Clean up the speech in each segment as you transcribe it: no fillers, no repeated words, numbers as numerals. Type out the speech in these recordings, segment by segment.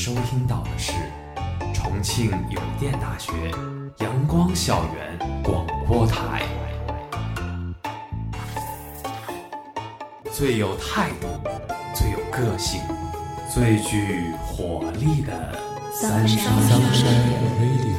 收听到的是重庆邮电大学阳光校园广播台，最有态度、最有个性、最具活力的三山 Radio。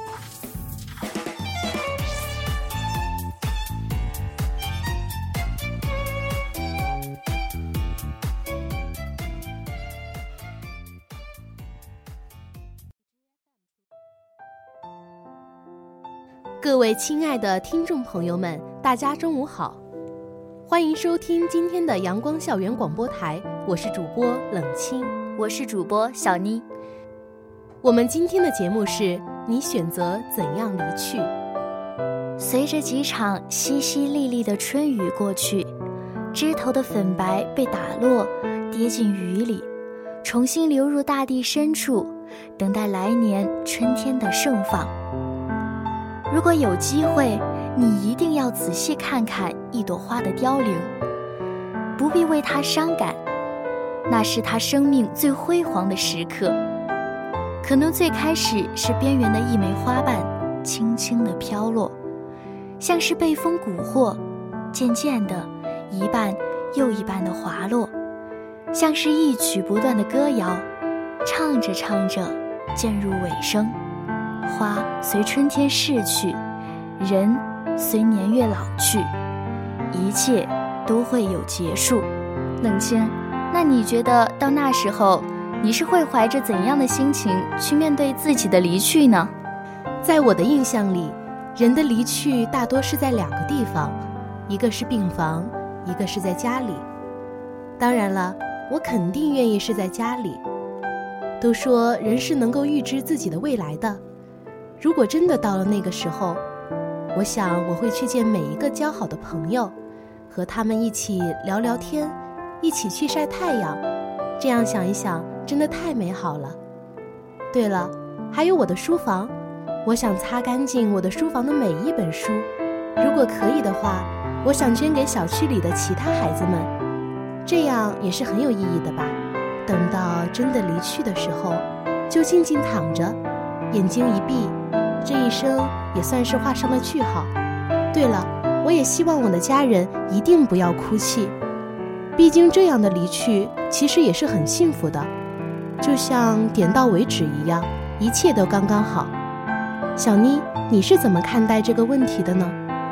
各位亲爱的听众朋友们，大家中午好，欢迎收听今天的阳光校园广播台，我是主播冷清， 我是主播小妮。 我们今天的节目是你选择怎样离去。 随着几场淅淅沥沥的春雨过去，枝头的粉白被打落，跌进雨里，重新流入大地深处，等待来年春天的盛放。如果有机会，你一定要仔细看看一朵花的凋零，不必为它伤感，那是它生命最辉煌的时刻。可能最开始是边缘的一枚花瓣轻轻地飘落，像是被风蛊惑，渐渐的一半又一半的滑落，像是一曲不断的歌谣，唱着唱着渐入尾声。花随春天逝去，人随年月老去，一切都会有结束。冷清，那你觉得到那时候，你是会怀着怎样的心情去面对自己的离去呢？ 在我的印象里，人的离去大多是在两个地方，一个是病房，一个是在家里。当然了，我肯定愿意是在家里。都说人是能够预知自己的未来的，如果真的到了那个时候，我想我会去见每一个交好的朋友，和他们一起聊聊天，一起去晒太阳。这样想一想，真的太美好了。对了，还有我的书房，我想擦干净我的书房的每一本书，如果可以的话，我想捐给小区里的其他孩子们，这样也是很有意义的吧。等到真的离去的时候，就静静躺着，眼睛一闭，这一生也算是画上了句号。对了，我也希望我的家人一定不要哭泣，毕竟这样的离去其实也是很幸福的，就像点到为止一样，一切都刚刚好。小妮，你是怎么看待这个问题的呢？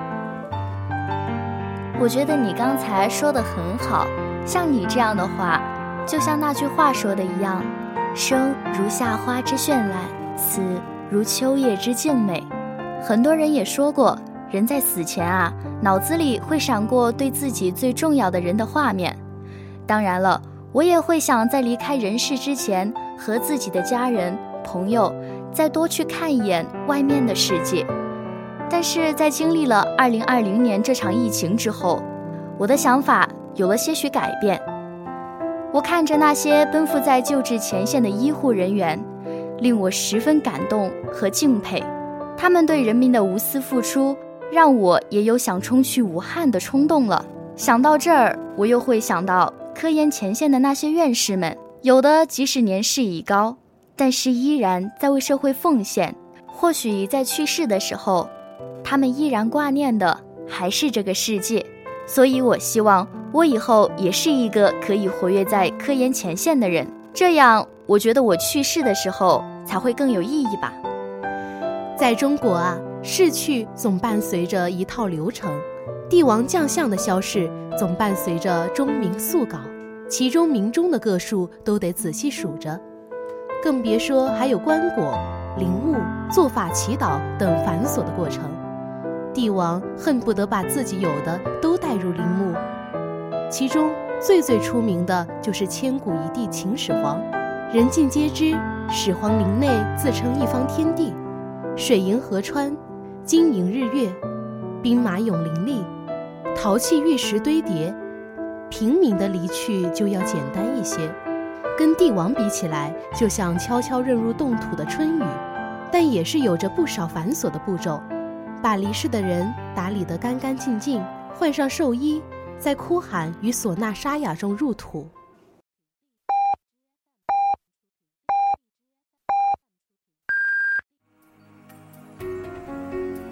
我觉得你刚才说得很好，像你这样的话，就像那句话说的一样，生如夏花之绚烂，死如秋叶之静美。很多人也说过，人在死前啊，脑子里会闪过对自己最重要的人的画面。当然了，我也会想在离开人世之前，和自己的家人、朋友再多去看一眼外面的世界。但是在经历了2020年这场疫情之后，我的想法有了些许改变。我看着那些奔赴在救治前线的医护人员，令我十分感动和敬佩。他们对人民的无私付出，让我也有想冲去武汉的冲动了。想到这儿，我又会想到科研前线的那些院士们，有的即使年事已高，但是依然在为社会奉献。或许在去世的时候，他们依然挂念的还是这个世界。所以我希望我以后也是一个可以活跃在科研前线的人，这样我觉得我去世的时候才会更有意义吧。 在中国啊，逝去总伴随着一套流程，帝王将相的消逝总伴随着钟鸣肃稿，其中鸣钟的个数都得仔细数着，更别说还有棺椁、灵物、做法祈祷等繁琐的过程。帝王恨不得把自己有的都带入陵墓，其中最出名的就是千古一帝秦始皇。人尽皆知，始皇陵内自称一方天地，水银河川，金银日月，兵马俑林立，陶器玉石堆叠。平民的离去就要简单一些，跟帝王比起来，就像悄悄润入冻土的春雨，但也是有着不少繁琐的步骤，把离世的人打理得干干净净，换上寿衣，在哭喊与唢呐沙哑中入土。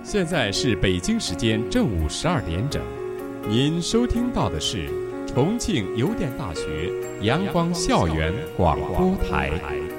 现在是北京时间正午12点整，您收听到的是重庆邮电大学阳光校园广播台。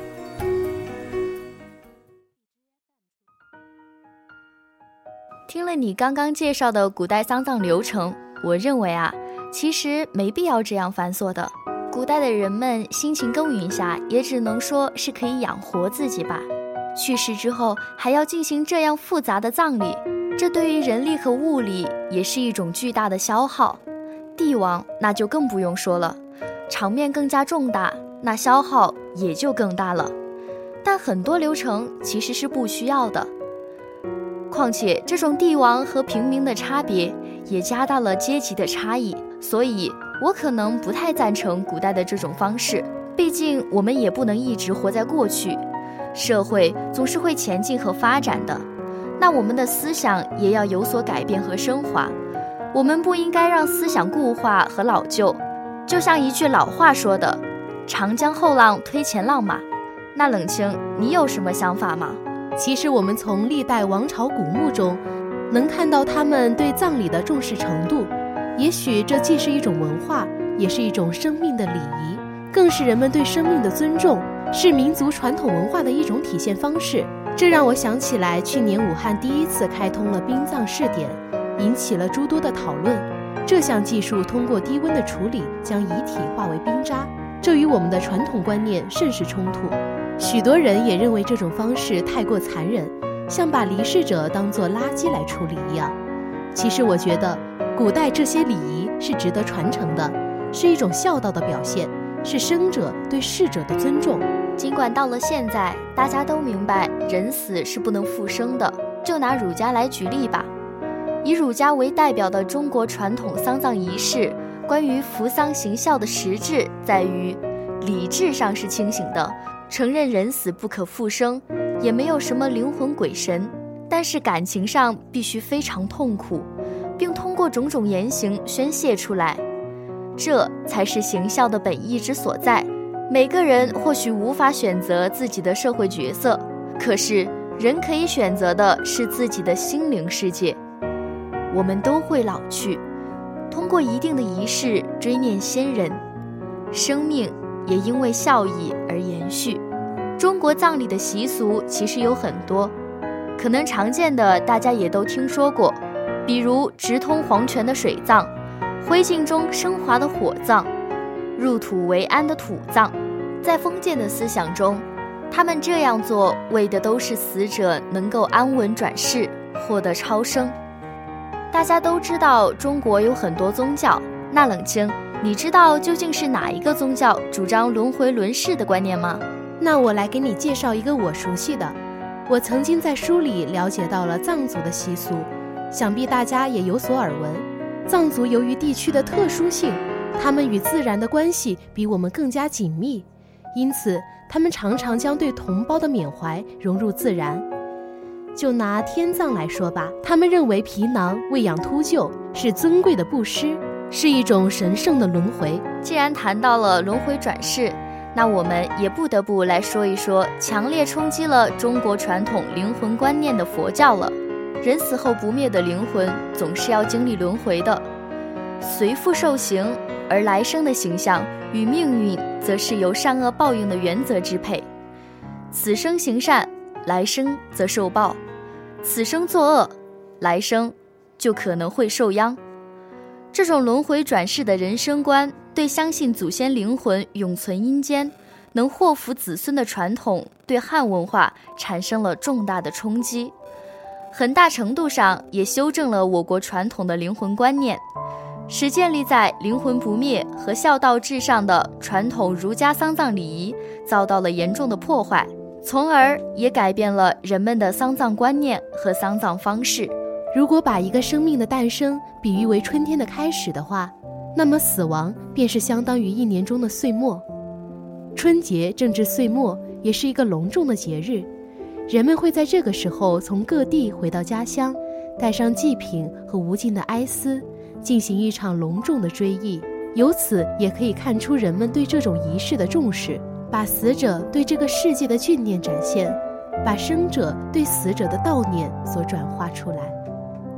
听了你刚刚介绍的古代丧葬流程，我认为其实没必要这样繁琐的。古代的人们辛勤耕耘下，也只能说是可以养活自己吧。去世之后还要进行这样复杂的葬礼，这对于人力和物力也是一种巨大的消耗。帝王那就更不用说了，场面更加重大，那消耗也就更大了。但很多流程其实是不需要的。况且这种帝王和平民的差别也加大了阶级的差异，所以我可能不太赞成古代的这种方式。毕竟我们也不能一直活在过去，社会总是会前进和发展的，那我们的思想也要有所改变和升华。我们不应该让思想固化和老旧，就像一句老话说的，长江后浪推前浪嘛。那冷清，你有什么想法吗？ 其实我们从历代王朝古墓中能看到他们对葬礼的重视程度，也许这既是一种文化，也是一种生命的礼仪，更是人们对生命的尊重，是民族传统文化的一种体现方式。这让我想起来去年武汉第一次开通了冰葬试点，引起了诸多的讨论。这项技术通过低温的处理，将遗体化为冰渣，这与我们的传统观念甚是冲突。许多人也认为这种方式太过残忍，像把离世者当作垃圾来处理一样。其实我觉得古代这些礼仪是值得传承的，是一种孝道的表现，是生者对逝者的尊重。 尽管到了现在大家都明白人死是不能复生的，就拿儒家来举例吧。以儒家为代表的中国传统丧葬仪式，关于扶丧行孝的实质在于理智上是清醒的，承认人死不可复生，也没有什么灵魂鬼神，但是感情上必须非常痛苦，并通过种种言行宣泄出来，这才是行孝的本意之所在。每个人或许无法选择自己的社会角色，可是人可以选择的是自己的心灵世界。我们都会老去，通过一定的仪式追念先人，生命也因为孝义而延续。中国葬礼的习俗其实有很多，可能常见的大家也都听说过，比如直通黄泉的水葬，灰烬中升华的火葬，入土为安的土葬。在封建的思想中，他们这样做为的都是死者能够安稳转世，获得超生。大家都知道中国有很多宗教，那冷清，你知道究竟是哪一个宗教主张轮回轮世的观念吗？ 那我来给你介绍一个我熟悉的。我曾经在书里了解到了藏族的习俗，想必大家也有所耳闻。藏族由于地区的特殊性，他们与自然的关系比我们更加紧密，因此他们常常将对同胞的缅怀融入自然。就拿天葬来说吧，他们认为皮囊喂养秃鹫是尊贵的布施，是一种神圣的轮回。 既然谈到了轮回转世，那我们也不得不来说一说强烈冲击了中国传统灵魂观念的佛教了。人死后不灭的灵魂总是要经历轮回的，随父受刑，而来生的形象与命运则是由善恶报应的原则支配。此生行善，来生则受报；此生作恶，来生就可能会受殃。这种轮回转世的人生观，对相信祖先灵魂永存阴间，能祸福子孙的传统，对汉文化产生了重大的冲击，很大程度上也修正了我国传统的灵魂观念，使建立在灵魂不灭和孝道至上的传统儒家丧葬礼仪遭到了严重的破坏，从而也改变了人们的丧葬观念和丧葬方式。 如果把一个生命的诞生比喻为春天的开始的话，那么死亡便是相当于一年中的岁末。春节正值岁末，也是一个隆重的节日，人们会在这个时候从各地回到家乡，带上祭品和无尽的哀思，进行一场隆重的追忆。由此也可以看出人们对这种仪式的重视，把死者对这个世界的眷念展现，把生者对死者的悼念所转化出来。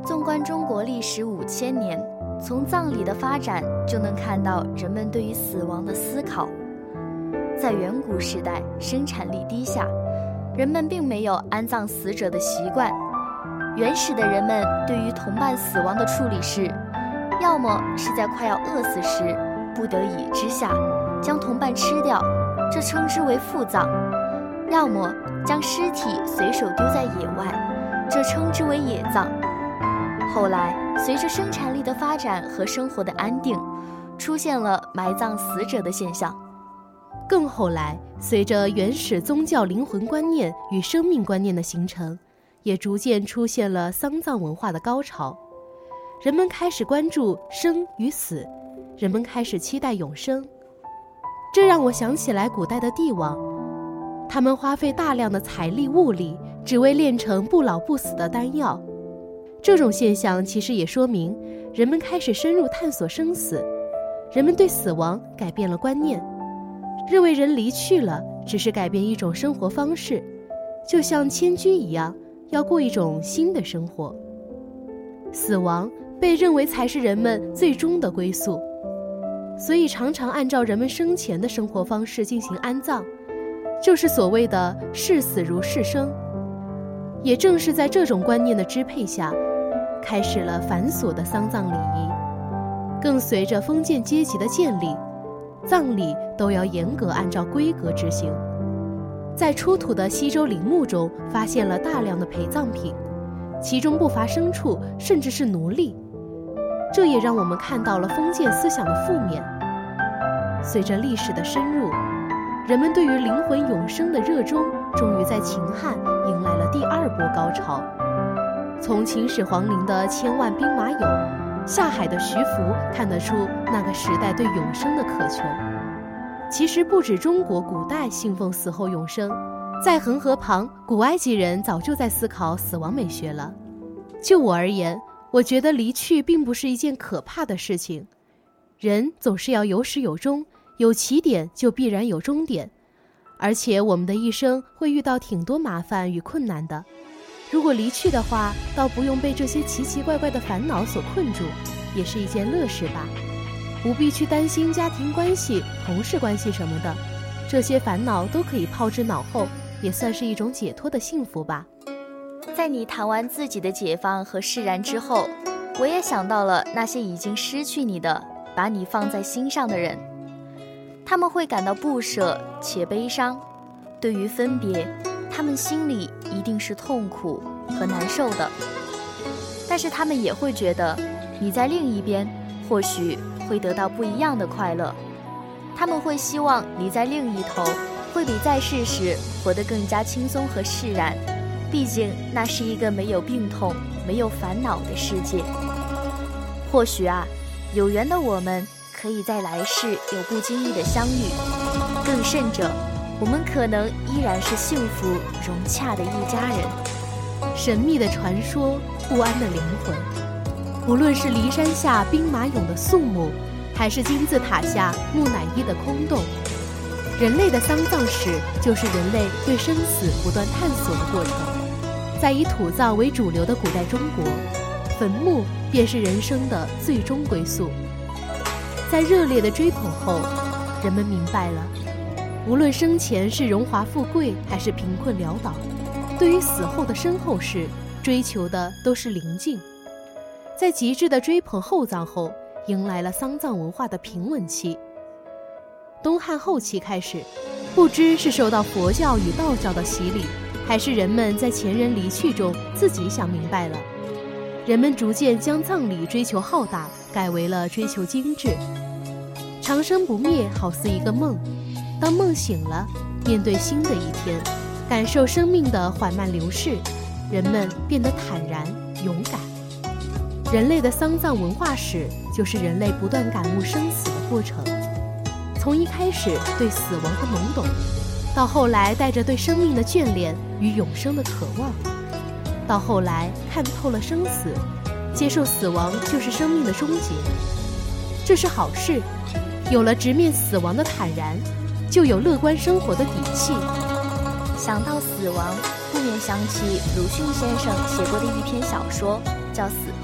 纵观中国历史5000年，从葬礼的发展就能看到人们对于死亡的思考。在远古时代，生产力低下，人们并没有安葬死者的习惯。原始的人们对于同伴死亡的处理是，要么是在快要饿死时，不得已之下将同伴吃掉，这称之为腹葬；要么将尸体随手丢在野外，这称之为野葬。后来，随着生产力的发展和生活的安定，出现了埋葬死者的现象。 更后来，随着原始宗教灵魂观念与生命观念的形成，也逐渐出现了丧葬文化的高潮。人们开始关注生与死，人们开始期待永生。这让我想起来古代的帝王，他们花费大量的财力物力，只为炼成不老不死的丹药。这种现象其实也说明，人们开始深入探索生死，人们对死亡改变了观念，认为人离去了只是改变一种生活方式，就像迁居一样，要过一种新的生活。死亡被认为才是人们最终的归宿，所以常常按照人们生前的生活方式进行安葬，就是所谓的视死如视生。也正是在这种观念的支配下，开始了繁琐的丧葬礼仪，更随着封建阶级的建立，葬礼都要严格按照规格执行。在出土的西周陵墓中发现了大量的陪葬品，其中不乏牲畜，甚至是奴隶。这也让我们看到了封建思想的负面。随着历史的深入，人们对于灵魂永生的热衷终于在秦汉迎来了第二波高潮。从秦始皇陵的千万兵马俑，下海的徐福看得出那个时代对永生的渴求。其实不止中国古代信奉死后永生，在恒河旁，古埃及人早就在思考死亡美学了。就我而言，我觉得离去并不是一件可怕的事情。人总是要有始有终，有起点就必然有终点，而且我们的一生会遇到挺多麻烦与困难的。如果离去的话，倒不用被这些奇奇怪怪的烦恼所困住，也是一件乐事吧。不必去担心家庭关系、同事关系什么的，这些烦恼都可以抛之脑后，也算是一种解脱的幸福吧。 在你谈完自己的解放和释然之后，我也想到了那些已经失去你的，把你放在心上的人。他们会感到不舍且悲伤，对于分别，他们心里一定是痛苦和难受的，但是他们也会觉得你在另一边或许会得到不一样的快乐。他们会希望你在另一头会比在世时活得更加轻松和释然，毕竟那是一个没有病痛、没有烦恼的世界。或许啊，有缘的我们可以在来世有不经意的相遇，更甚者，我们可能依然是幸福融洽的一家人。 神秘的传说，不安的灵魂，无论是骊山下兵马俑的肃穆，还是金字塔下木乃伊的空洞，人类的丧葬史就是人类对生死不断探索的过程。在以土葬为主流的古代中国，坟墓便是人生的最终归宿。在热烈的追捧后，人们明白了，无论生前是荣华富贵还是贫困潦倒，对于死后的身后事，追求的都是宁静。在极致的追捧厚葬后，迎来了丧葬文化的平稳期。东汉后期开始，不知是受到佛教与道教的洗礼，还是人们在前人离去中自己想明白了，人们逐渐将葬礼追求浩大改为了追求精致。长生不灭好似一个梦，当梦醒了，面对新的一天，感受生命的缓慢流逝，人们变得坦然勇敢。人类的丧葬文化史就是人类不断感悟生死的过程，从一开始对死亡的懵懂，到后来带着对生命的眷恋与永生的渴望，到后来看透了生死，接受死亡就是生命的终结。这是好事，有了直面死亡的坦然，就有乐观生活的底气。 想到死亡，不免想起鲁迅先生写过的一篇小说，叫《死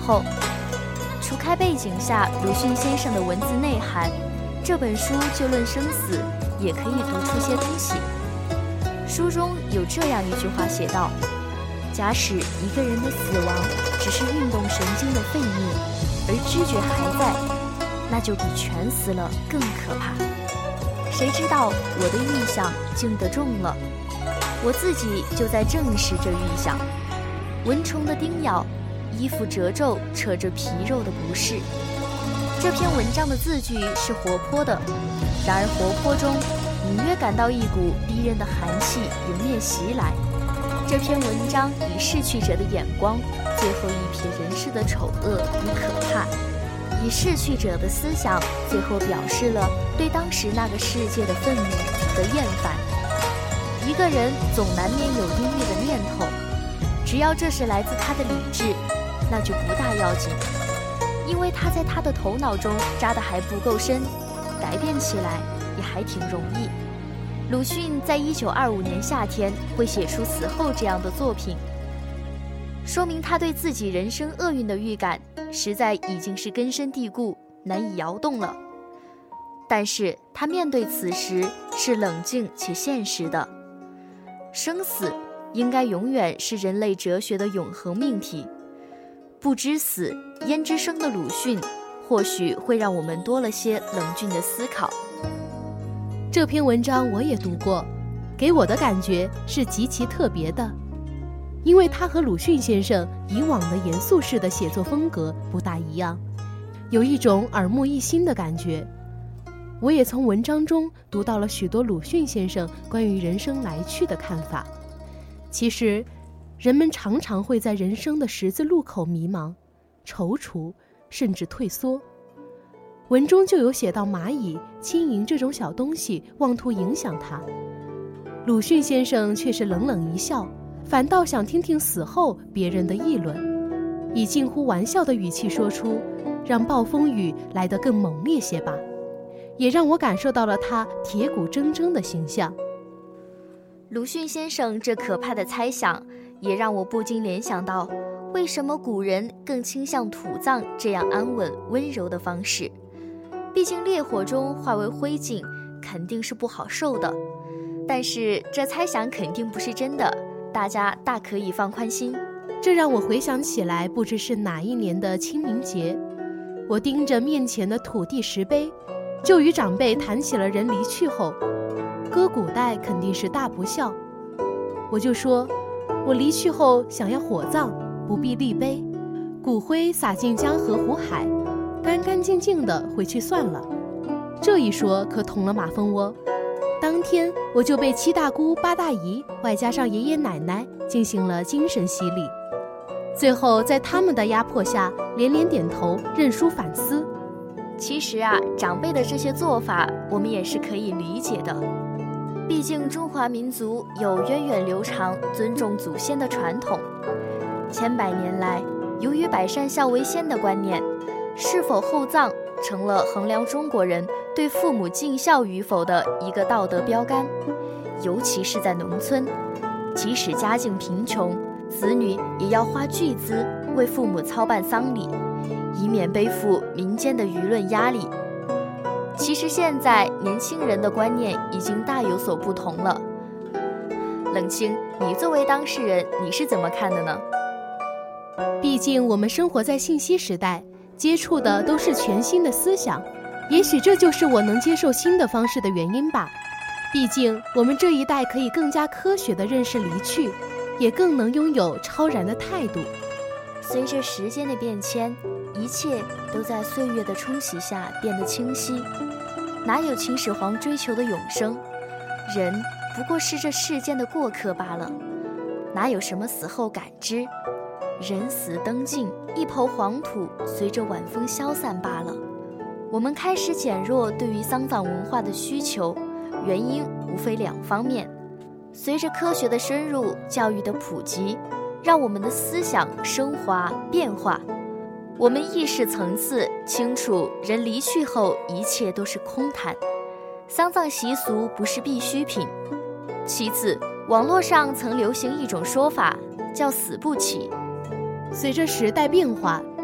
后。除开背景下鲁迅先生的文字内涵，这本书就论生死也可以读出些东西。书中有这样一句话写道：假使一个人的死亡只是运动神经的废灭，而知觉还在，那就比全死了更可怕。谁知道我的预想竟得中了，我自己就在证实这预想。蚊虫的叮咬，衣服褶皱扯着皮肉的不适。这篇文章的字句是活泼的，然而活泼中隐约感到一股逼人的寒气迎面袭来。这篇文章以逝去者的眼光，最后一瞥人世的丑恶与可怕，以逝去者的思想，最后表示了对当时那个世界的愤怒和厌烦。一个人总难免有阴郁的念头，只要这是来自他的理智，那就不大要紧，因为他在他的头脑中扎得还不够深，改变起来也还挺容易。鲁迅在1925年夏天会写出死后这样的作品，说明他对自己人生厄运的预感实在已经是根深蒂固，难以摇动了。但是他面对此时是冷静且现实的。生死应该永远是人类哲学的永恒命题。不知死焉知生的鲁迅，或许会让我们多了些冷峻的思考。 这篇文章我也读过，给我的感觉是极其特别的，因为它和鲁迅先生以往的严肃式的写作风格不大一样，有一种耳目一新的感觉。我也从文章中读到了许多鲁迅先生关于人生来去的看法。其实人们常常会在人生的十字路口迷茫、踌躇，甚至退缩。文中就有写到蚂蚁、轻盈这种小东西妄图影响他，鲁迅先生却是冷冷一笑，反倒想听听死后别人的议论，以近乎玩笑的语气说出，让暴风雨来得更猛烈些吧，也让我感受到了他铁骨铮铮的形象。 鲁迅先生这可怕的猜想，也让我不禁联想到，为什么古人更倾向土葬这样安稳温柔的方式？毕竟烈火中化为灰烬，肯定是不好受的。但是这猜想肯定不是真的，大家大可以放宽心。 这让我回想起来，不知是哪一年的清明节，我盯着面前的土地石碑，就与长辈谈起了人离去后，搁古代肯定是大不孝。我就说，我离去后想要火葬，不必立碑，骨灰撒进江河湖海，干干净净的回去算了。这一说可捅了马蜂窝。当天我就被七大姑八大姨外加上爷爷奶奶进行了精神洗礼，最后在他们的压迫下连连点头，认输反思。 其实长辈的这些做法我们也是可以理解的，毕竟中华民族有源远流长尊重祖先的传统，千百年来由于百善孝为先的观念，是否厚葬成了衡量中国人对父母尽孝与否的一个道德标杆。尤其是在农村，即使家境贫穷，子女也要花巨资为父母操办丧礼，以免背负民间的舆论压力。其实现在年轻人的观念已经大有所不同了。冷清，你作为当事人，你是怎么看的呢？ 毕竟我们生活在信息时代，接触的都是全新的思想，也许这就是我能接受新的方式的原因吧。毕竟我们这一代可以更加科学地认识离去，也更能拥有超然的态度。 随着时间的变迁，一切都在岁月的冲洗下变得清晰。哪有秦始皇追求的永生？人不过是这世间的过客罢了。哪有什么死后感知？人死灯尽，一抔黄土随着晚风消散罢了。我们开始减弱对于丧葬文化的需求，原因无非两方面。随着科学的深入，教育的普及，让我们的思想升华变化，我们意识层次清楚人离去后一切都是空谈，丧葬习俗不是必需品。其次，网络上曾流行一种说法，叫死不起。 随着时代变化，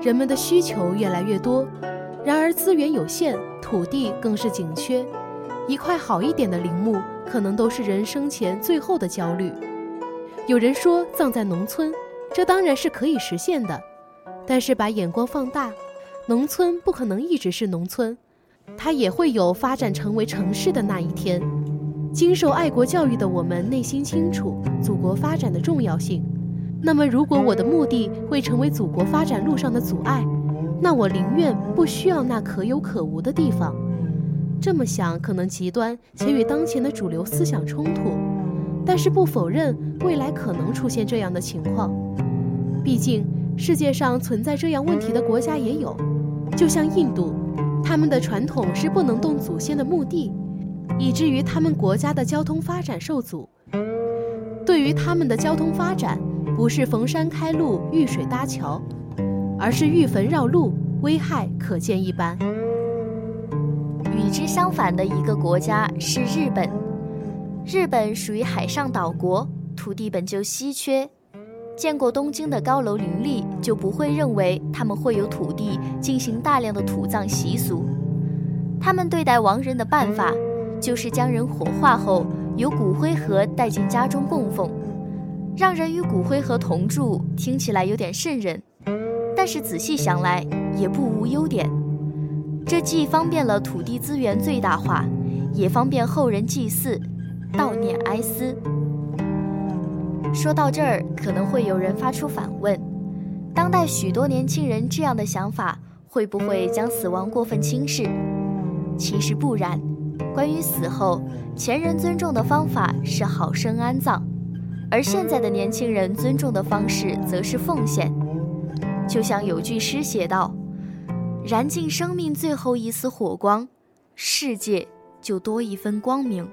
人们的需求越来越多，然而资源有限，土地更是紧缺。一块好一点的陵墓，可能都是人生前最后的焦虑。有人说葬在农村，这当然是可以实现的，但是把眼光放大，农村不可能一直是农村，它也会有发展成为城市的那一天。经受爱国教育的我们内心清楚祖国发展的重要性，那么如果我的目的会成为祖国发展路上的阻碍，那我宁愿不需要那可有可无的地方。这么想可能极端且与当前的主流思想冲突，但是不否认未来可能出现这样的情况。毕竟世界上存在这样问题的国家也有，就像印度，他们的传统是不能动祖先的墓地，以至于他们国家的交通发展受阻。对于他们的交通发展，不是逢山开路、遇水搭桥，而是遇坟绕路，危害可见一斑。 与之相反的一个国家是日本。日本属于海上岛国，土地本就稀缺，见过东京的高楼林立，就不会认为他们会有土地进行大量的土葬习俗。他们对待亡人的办法，就是将人火化后，由骨灰盒带进家中供奉。让人与骨灰盒同住，听起来有点瘆人，但是仔细想来也不无优点。这既方便了土地资源最大化，也方便后人祭祀、悼念哀思。说到这儿，可能会有人发出反问：当代许多年轻人这样的想法，会不会将死亡过分轻视？其实不然。关于死后，前人尊重的方法是好生安葬，而现在的年轻人尊重的方式则是奉献。就像有句诗写道：燃尽生命最后一丝火光，世界就多一分光明。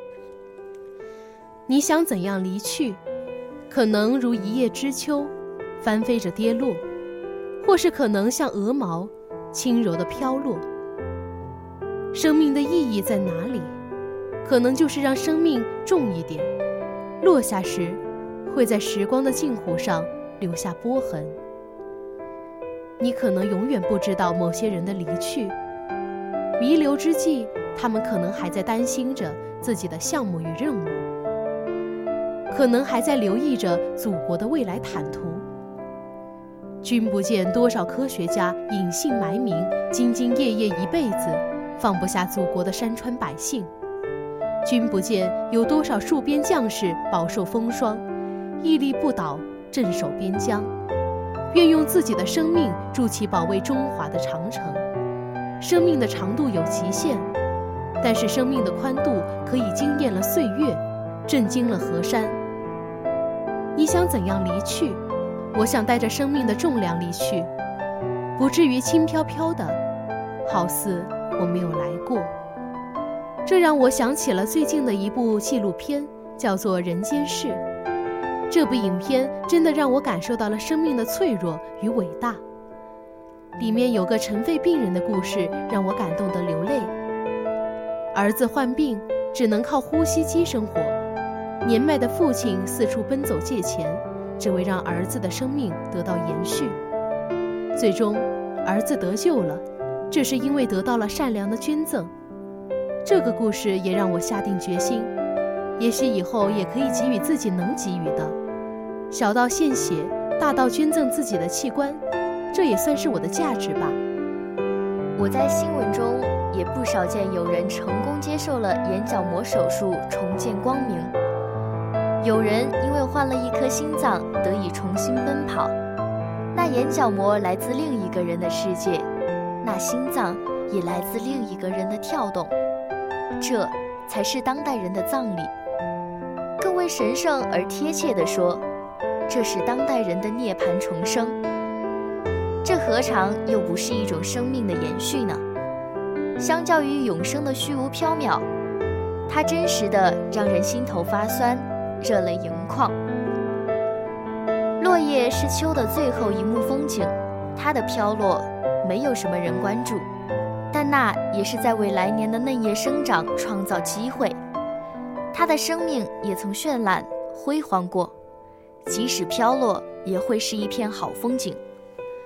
你想怎样离去，可能如一叶知秋，翻飞着跌落，或是可能像鹅毛，轻柔地飘落。生命的意义在哪里？可能就是让生命重一点，落下时会在时光的镜湖上留下波痕。你可能永远不知道某些人的离去，弥留之际，他们可能还在担心着自己的项目与任务，可能还在留意着祖国的未来坦途。君不见多少科学家隐姓埋名，兢兢业业一辈子，放不下祖国的山川百姓。君不见有多少戍边将士饱受风霜，屹立不倒，镇守边疆，愿用自己的生命筑起保卫中华的长城。生命的长度有极限，但是生命的宽度可以惊艳了岁月，震惊了河山。你想怎样离去？我想带着生命的重量离去，不至于轻飘飘的，好似我没有来过。这让我想起了最近的一部纪录片，叫做《人间世》。这部影片真的让我感受到了生命的脆弱与伟大。里面有个尘肺病人的故事，让我感动得流泪。儿子患病，只能靠呼吸机生活，年迈的父亲四处奔走借钱，只为让儿子的生命得到延续。最终儿子得救了，这是因为得到了善良的捐赠。这个故事也让我下定决心，也许以后也可以给予自己能给予的，小到献血，大到捐赠自己的器官，这也算是我的价值吧。 我在新闻中也不少见有人成功接受了眼角膜手术重见光明，有人因为换了一颗心脏得以重新奔跑。那眼角膜来自另一个人的世界，那心脏也来自另一个人的跳动，这才是当代人的葬礼。更为神圣而贴切地说，这是当代人的涅槃重生。这何尝又不是一种生命的延续呢？相较于永生的虚无缥缈，它真实的让人心头发酸，热泪盈眶。落叶是秋的最后一幕风景，它的飘落没有什么人关注，但那也是在为来年的嫩叶生长创造机会。它的生命也曾绚烂辉煌过，即使飘落也会是一片好风景。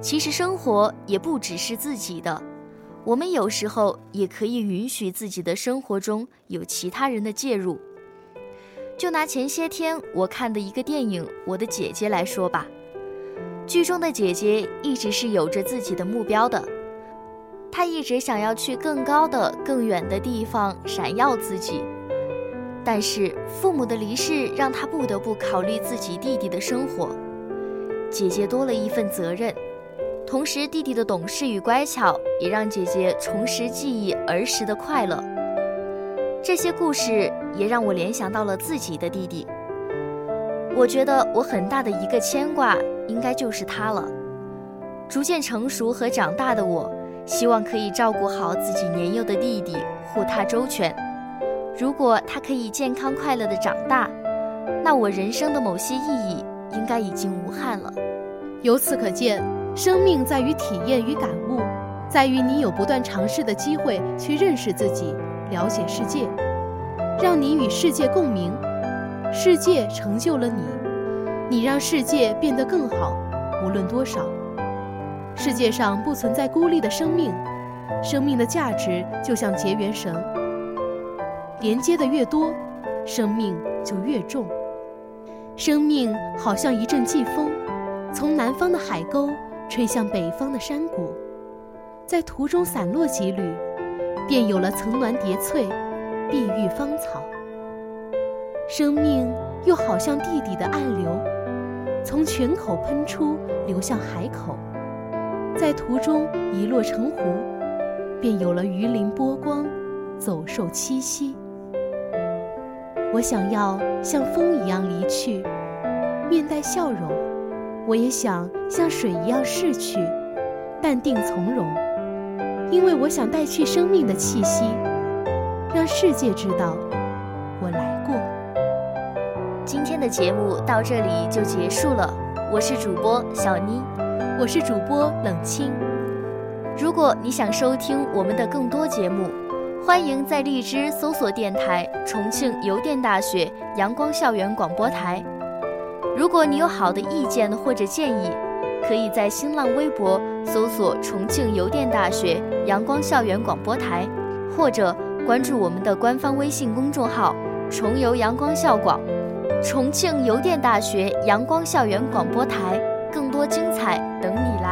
其实生活也不只是自己的，我们有时候也可以允许自己的生活中有其他人的介入。就拿前些天我看的一个电影《我的姐姐》来说吧，剧中的姐姐一直是有着自己的目标的，她一直想要去更高的、更远的地方闪耀自己，但是父母的离世让她不得不考虑自己弟弟的生活。姐姐多了一份责任，同时弟弟的懂事与乖巧也让姐姐重拾记忆儿时的快乐。这些故事也让我联想到了自己的弟弟，我觉得我很大的一个牵挂应该就是他了。逐渐成熟和长大的我，希望可以照顾好自己年幼的弟弟，护他周全。如果他可以健康快乐地长大，那我人生的某些意义应该已经无憾了。 由此可见，生命在于体验与感悟，在于你有不断尝试的机会去认识自己，了解世界，让你与世界共鸣。世界成就了你，你让世界变得更好，无论多少。世界上不存在孤立的生命，生命的价值就像结缘绳，连接的越多，生命就越重。生命好像一阵季风，从南方的海沟吹向北方的山谷，在途中散落几缕，便有了层峦叠翠，碧玉芳草。生命又好像地底的暗流，从泉口喷出，流向海口，在途中遗落成湖，便有了鱼鳞波光，走兽栖息。我想要像风一样离去，面带笑容；我也想像水一样逝去，淡定从容。因为我想带去生命的气息，让世界知道我来过。 今天的节目到这里就结束了，我是主播小妮， 我是主播冷清。 如果你想收听我们的更多节目，欢迎在荔枝搜索电台重庆邮电大学阳光校园广播台。如果你有好的意见或者建议，可以在新浪微博搜索重庆邮电大学阳光校园广播台，或者关注我们的官方微信公众号重邮阳光校广，重庆邮电大学阳光校园广播台，更多精彩等你来。